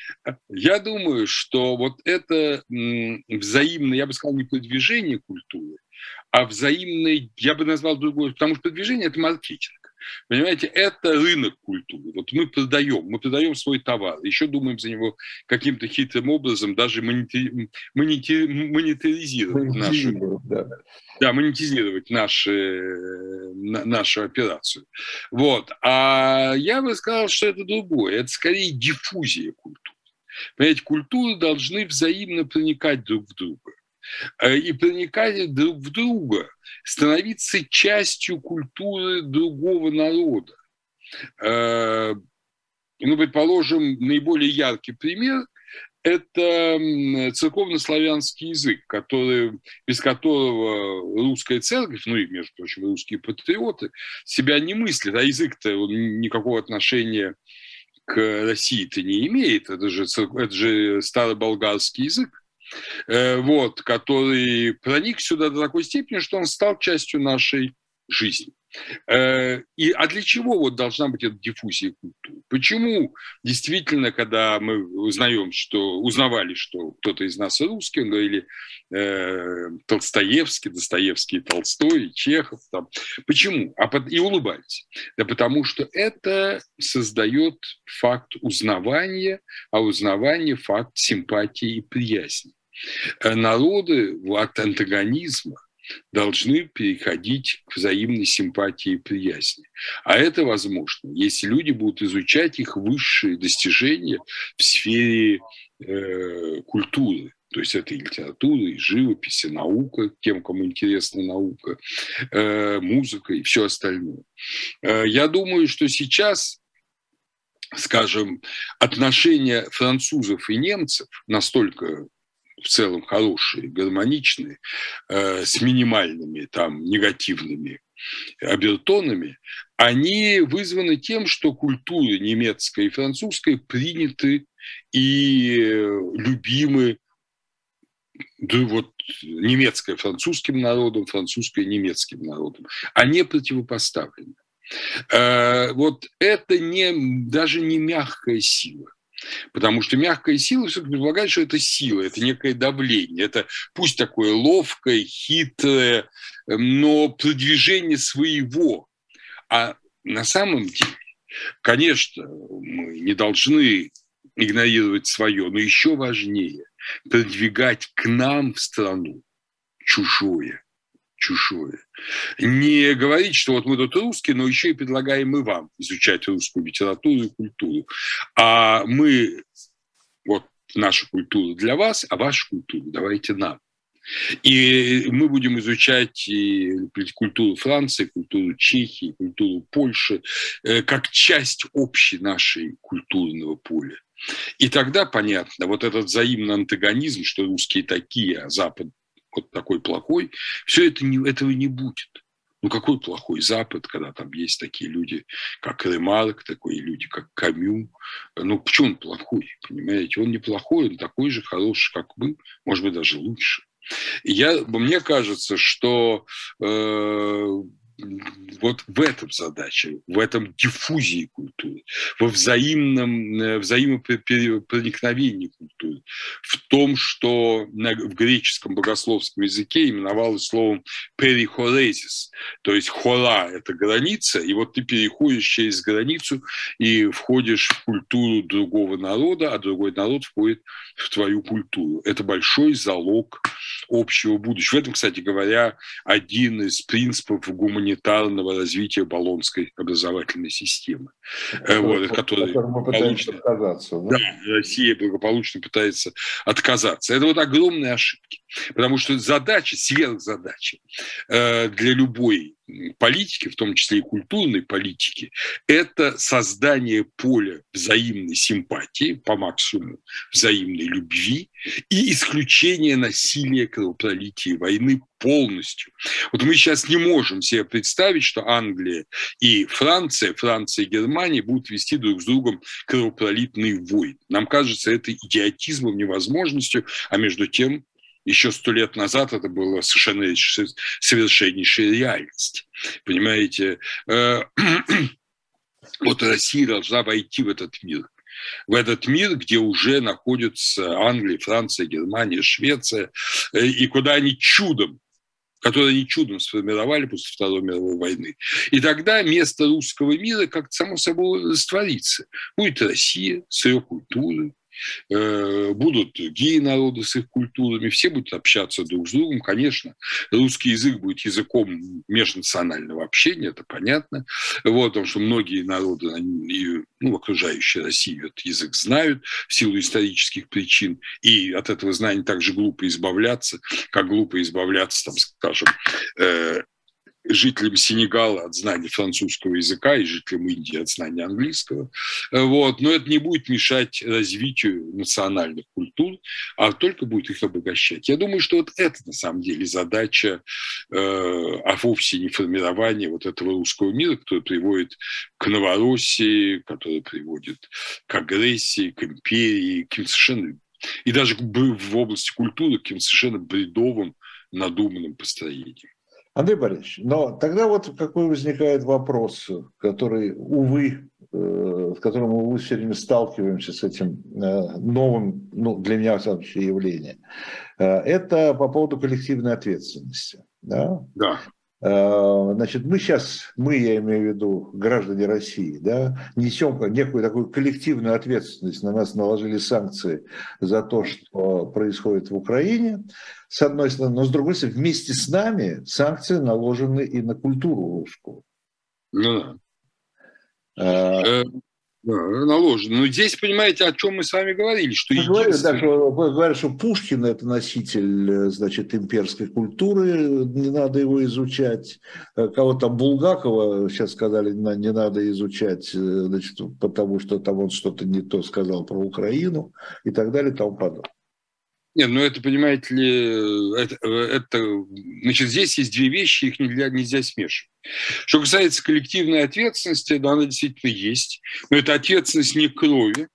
я думаю, что вот это взаимное, я бы сказал, не продвижение культуры, а взаимное, я бы назвал другое, потому что продвижение – это маркетинг. Понимаете, это рынок культуры. Вот мы продаем, мы продаем свой товар, еще думаем за него каким-то хитрым образом даже монетизировать нашу, да. Да, монетизировать наши, нашу операцию. Вот. А я бы сказал, что это другое. Это скорее диффузия культуры. Понимаете, культуры должны взаимно проникать друг в друга. И проникать друг в друга, становиться частью культуры другого народа. Ну, предположим, наиболее яркий пример – это церковно-славянский язык, который, без которого русская церковь, ну и, между прочим, русские патриоты, себя не мыслят, а язык-то никакого отношения к России-то не имеет, это же, это же староболгарский язык. Вот, который проник сюда до такой степени, что он стал частью нашей жизни. И, а для чего вот должна быть эта диффузия культуры? Почему действительно, когда мы узнаем, что, узнавали, что кто-то из нас русский, он говорили э, Толстоевский, Достоевский, Толстой, Чехов, там. Почему? А под, и улыбались. Да потому что это создает факт узнавания, а узнавание факт симпатии и приязни. Народы от антагонизма должны переходить к взаимной симпатии и приязни. А это возможно, если люди будут изучать их высшие достижения в сфере э, культуры. То есть это и литература, и живопись, и наука, тем, кому интересна наука, э, музыка и все остальное. Э, я думаю, что сейчас, скажем, отношения французов и немцев настолько в целом хорошие, гармоничные, э, с минимальными там негативными обертонами, они вызваны тем, что культуры немецкая и французская приняты и любимы, да, вот, немецкая французским народом, французская немецким народом, а не противопоставлены. Э, вот это не, даже не мягкая сила. Потому что мягкая сила все-таки предполагает, что это сила, это некое давление. Это пусть такое ловкое, хитрое, но продвижение своего. А на самом деле Конечно, мы не должны игнорировать свое, но еще важнее продвигать к нам в страну чужое. чужое. Не говорить, что вот мы тут русские, но еще и предлагаем мы вам изучать русскую литературу и культуру. А мы, вот наша культура для вас, а вашу культуру давайте нам. И мы будем изучать и культуру Франции, культуру Чехии, культуру Польши как часть общей нашей культурного поля. И тогда понятно, вот этот взаимный антагонизм, что русские такие, а Запад вот такой плохой, все это не, этого не будет. Ну какой плохой Запад, когда там есть такие люди, как Ремарк, такие люди, как Камю. Ну почему он плохой, понимаете? Он не плохой, он такой же хороший, как мы, может быть, даже лучше. Я, мне кажется, что э, вот в этом задача, в этом диффузии культуры, во взаимном взаимопроникновении культуры, в том, что в греческом богословском языке именовалось словом перихорезис, то есть хора – это граница, и вот ты переходишь через границу и входишь в культуру другого народа, а другой народ входит в твою культуру. Это большой залог общего будущего. В этом, кстати говоря, один из принципов гуманитарного развития Болонской образовательной системы. Вот, который мы пытаемся отказаться. Да? Да, Россия благополучно пытается отказаться. Это вот огромные ошибки. Потому что задача, сверхзадача э, для любой политики, в том числе и культурной политики, это создание поля взаимной симпатии, по максимуму взаимной любви и исключение насилия, кровопролития, войны полностью. Вот мы сейчас не можем себе представить, что Англия и Франция, Франция и Германия будут вести друг с другом кровопролитные войны. Нам кажется это идиотизмом, невозможностью, а между тем еще сто лет назад это была совершенно совершеннейшая реальность. Понимаете, вот Россия должна войти в этот мир. В этот мир, где уже находятся Англия, Франция, Германия, Швеция, и куда они чудом, которые они чудом сформировали после Второй мировой войны. И тогда место русского мира как-то само собой растворится. Будет Россия с ее культурой, будут другие народы с их культурами, все будут общаться друг с другом. Конечно, русский язык будет языком межнационального общения, это понятно, вот, потому что многие народы, ну, окружающие Россию, этот язык знают в силу исторических причин, и от этого знания также глупо избавляться, как глупо избавляться, там, скажем, э, жителям Сенегала от знания французского языка и жителям Индии от знания английского. Вот. Но это не будет мешать развитию национальных культур, а только будет их обогащать. Я думаю, что вот это на самом деле задача, э, а вовсе не формирование вот этого русского мира, который приводит к Новороссии, который приводит к агрессии, к империи, к совершенно, и даже в области культуры, к совершенно бредовым, надуманным построениям. Андрей Борисович, но тогда вот какой возникает вопрос, который, увы, с которым мы, увы, все время сталкиваемся с этим новым, ну, для меня, вообще, явлением. Это по поводу коллективной ответственности. Да? Да. Значит, мы сейчас, мы, я имею в виду граждане России, да, несем некую такую коллективную ответственность. На нас наложили санкции за то, что происходит в Украине, с одной стороны, но с другой стороны, вместе с нами санкции наложены и на культуру русскую. Ну да. А... Да, наложено. Но здесь, понимаете, о чем мы с вами говорили, что единственное... Говорю, да, что, говорят, что Пушкин – это носитель, значит, имперской культуры, не надо его изучать. Кого-то Булгакова сейчас сказали, не надо изучать, значит, потому что там он что-то не то сказал про Украину и так далее и тому подобное. Нет, ну это, понимаете ли, это, это, значит, здесь есть две вещи, их нельзя, нельзя смешивать. Что касается коллективной ответственности, да, она действительно есть, но это ответственность не крови,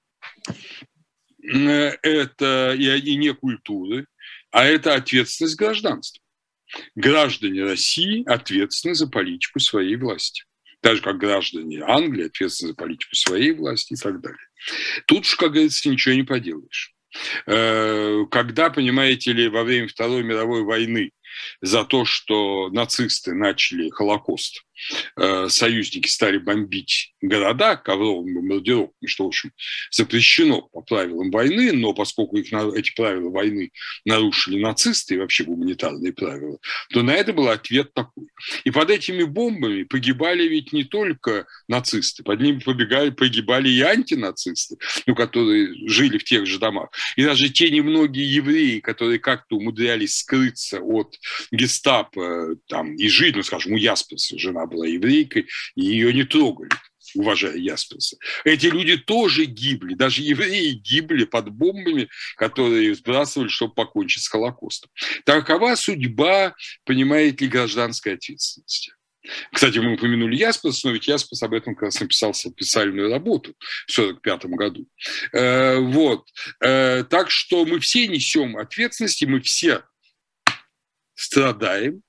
это и, и не культуры, а это ответственность гражданства. Граждане России ответственны за политику своей власти. Так же, как граждане Англии ответственны за политику своей власти и так далее. Тут уж, как говорится, ничего не поделаешь. Когда, понимаете ли, во время Второй мировой войны за то, что нацисты начали Холокост. Союзники стали бомбить города ковровым бомбардировками, что, в общем, запрещено по правилам войны, но поскольку их, эти правила войны нарушили нацисты и вообще гуманитарные правила, то на это был ответ такой. И под этими бомбами погибали ведь не только нацисты, под ними побегали, погибали и антинацисты, ну, которые жили в тех же домах. И даже те немногие евреи, которые как-то умудрялись скрыться от гестапо там, и жить, ну, скажем, у Ясперса жена была еврейкой, и ее не трогали, уважая Ясперса. Эти люди тоже гибли, даже евреи гибли под бомбами, которые сбрасывали, чтобы покончить с Холокостом. Такова судьба, понимаете ли, гражданской ответственности. Кстати, мы упомянули Ясперса, но ведь Ясперс об этом как раз написал специальную работу в сорок пятом году. Э, вот. Э, так что мы все несем ответственность, и мы все страдаем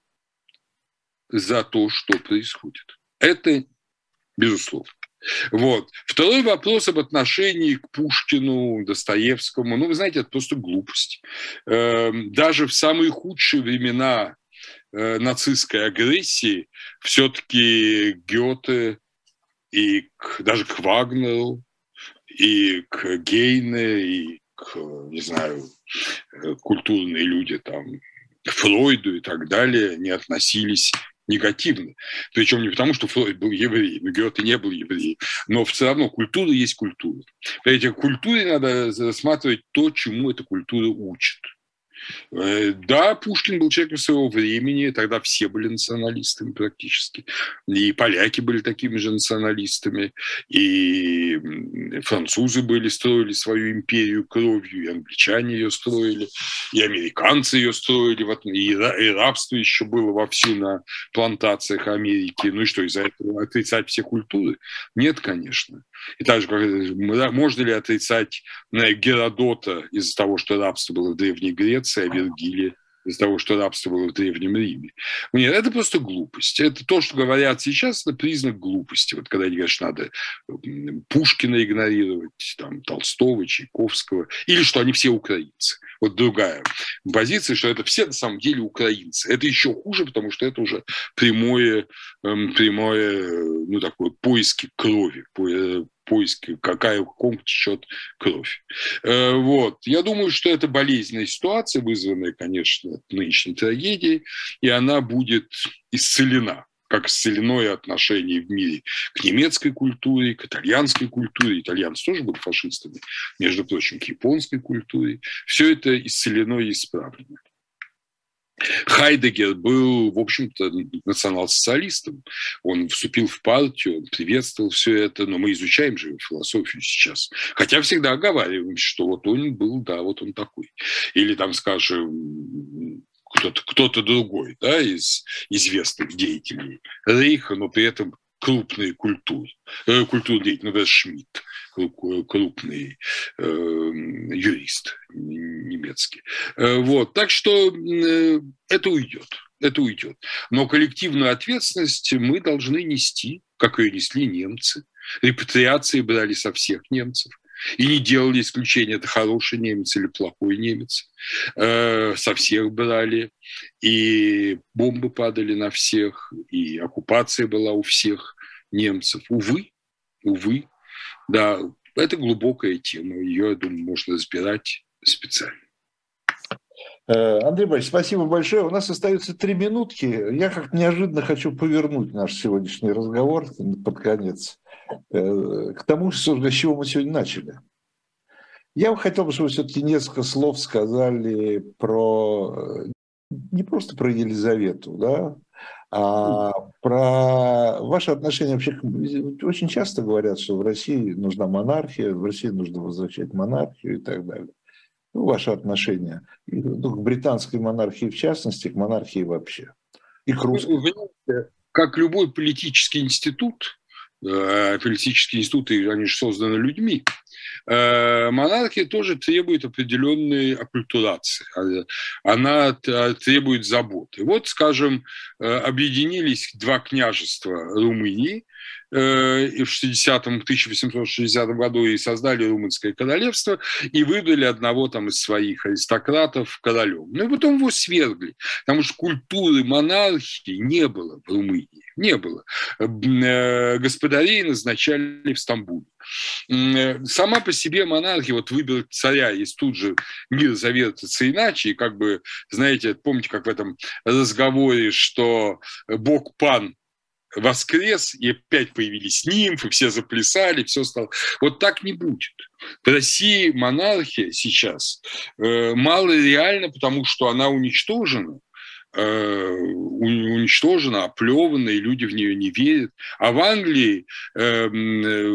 за то, что происходит. Это безусловно. Вот. Второй вопрос об отношении к Пушкину, Достоевскому. Ну, вы знаете, это просто глупость. Даже в самые худшие времена нацистской агрессии все-таки Гёте и к, даже к Вагнеру, и к Гейне, и к, не знаю, культурные люди там, к Фройду и так далее не относились негативно. Причем не потому, что Фройд был евреем, Гёте не был евреем, но все равно культура есть культура. Понимаете, в культуре надо рассматривать то, чему эта культура учит. Да, Пушкин был человеком своего времени, тогда все были националистами практически. И поляки были такими же националистами, и французы были, строили свою империю кровью, и англичане ее строили, и американцы ее строили, и рабство еще было вовсю на плантациях Америки. Ну и что, из-за этого отрицать все культуры? Нет, конечно. И так же, как, можно ли отрицать Геродота из-за того, что рабство было в Древней Греции, а Вергилия из-за того, что рабство было в Древнем Риме? Нет, это просто глупость. Это то, что говорят сейчас, это признак глупости. Вот когда они говорят, что надо Пушкина игнорировать, там, Толстого, Чайковского, или что они все украинцы. Вот другая позиция, что это все на самом деле украинцы. Это еще хуже, потому что это уже прямое, прямое ну, такое, поиски крови, поиски, какая, в каком течет кровь. Вот. Я думаю, что это болезненная ситуация, вызванная, конечно, нынешней трагедией, и она будет исцелена, как исцелено отношение в мире к немецкой культуре, к итальянской культуре. Итальянцы тоже были фашистами, между прочим, к японской культуре. Все это исцелено и исправлено. Хайдеггер был, в общем-то, национал-социалистом. Он вступил в партию, он приветствовал все это, но мы изучаем же философию сейчас. Хотя всегда оговариваем, что вот он был, да, вот он такой. Или там, скажем, кто-то, кто-то другой, да, из известных деятелей Рейха, но при этом крупные культуры, э, культурные деятели, например, Шмидт, крупный э, юрист немецкий. Э, вот, так что э, это уйдет, это уйдет. Но коллективную ответственность мы должны нести, как ее несли немцы. Репатриации брали со всех немцев. И не делали исключения, это хороший немец или плохой немец. Э, со всех брали. И бомбы падали на всех, и оккупация была у всех немцев. Увы, увы. Да, это глубокая тема. Ее, я думаю, можно разбирать специально. Андрей Борисович, спасибо большое. У нас остается три минутки. Я как-то неожиданно хочу повернуть наш сегодняшний разговор под конец к тому, с чего мы сегодня начали. Я бы хотел, чтобы вы все-таки несколько слов сказали про, не просто про Елизавету, да, а про ваши отношения. Вообще, очень часто говорят, что в России нужна монархия, в России нужно возвращать монархию и так далее. Ну, ваши отношения ну, к британской монархии в частности, к монархии вообще. И к русской. Вы знаете, как любой политический институт, политические институты, они же созданы людьми, монархия тоже требует определенной оккультурации. Она требует заботы. Вот, скажем, объединились два княжества Румынии, в шестидесятом, тысяча восемьсот шестидесятом году и создали Румынское королевство и выбрали одного там из своих аристократов королем. Ну и потом его свергли, потому что культуры монархии не было в Румынии. Не было. Господарей назначали в Стамбуле. Сама по себе монархия, вот выбор царя, если тут же мир завертится иначе, и как бы, знаете, помните, как в этом разговоре, что Бог Пан воскрес, и опять появились нимфы, все заплясали, все стало. Вот так не будет. В России монархия сейчас э, мало реально, потому что она уничтожена, э, уничтожена, оплевана, и люди в нее не верят. А в Англии э, э,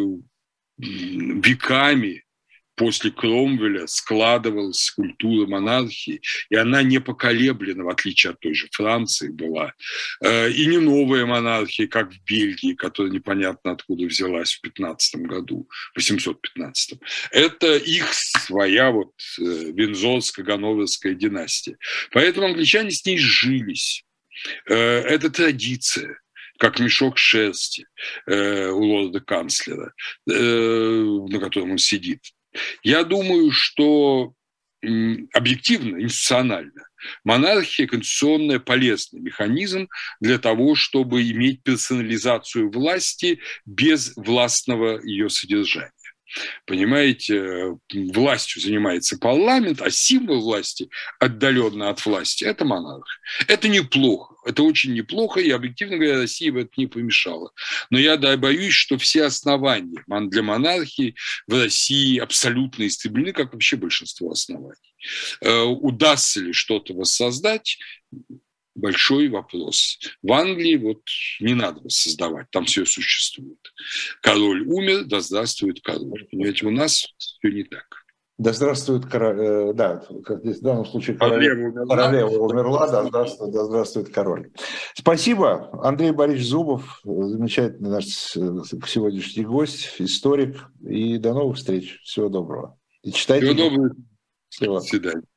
веками после Кромвеля складывалась культура монархии, и она не поколеблена, в отличие от той же Франции была. И не новая монархия, как в Бельгии, которая непонятно откуда взялась в пятнадцатом году, в восемьсот пятнадцатом. Это их своя вот Виндзорско-Ганноверская династия. Поэтому англичане с ней сжились. Это традиция, как мешок шерсти э, у лорда-канцлера, э, на котором он сидит. Я думаю, что э, объективно, институционально, монархия конституционная полезный механизм для того, чтобы иметь персонализацию власти без властного ее содержания. Понимаете, властью занимается парламент, а символ власти, отдаленно от власти, это монарх. Это неплохо, это очень неплохо, и, объективно говоря, Россия в это не помешала. Но я да, боюсь, что все основания для монархии в России абсолютно истреблены, как вообще большинство оснований. Удастся ли что-то воссоздать? Большой вопрос. В Англии вот не надо воссоздавать, там все существует. Король умер, да здравствует король. Понимаете, у нас все не так. Да здравствует король, да, как здесь в данном случае королева, королева, королева умерла, да здравствует, да здравствует король. Спасибо. Андрей Борисович Зубов, замечательный наш сегодняшний гость, историк. И до новых встреч. Всего доброго. И читайте. Всего доброго. Всего. До свидания.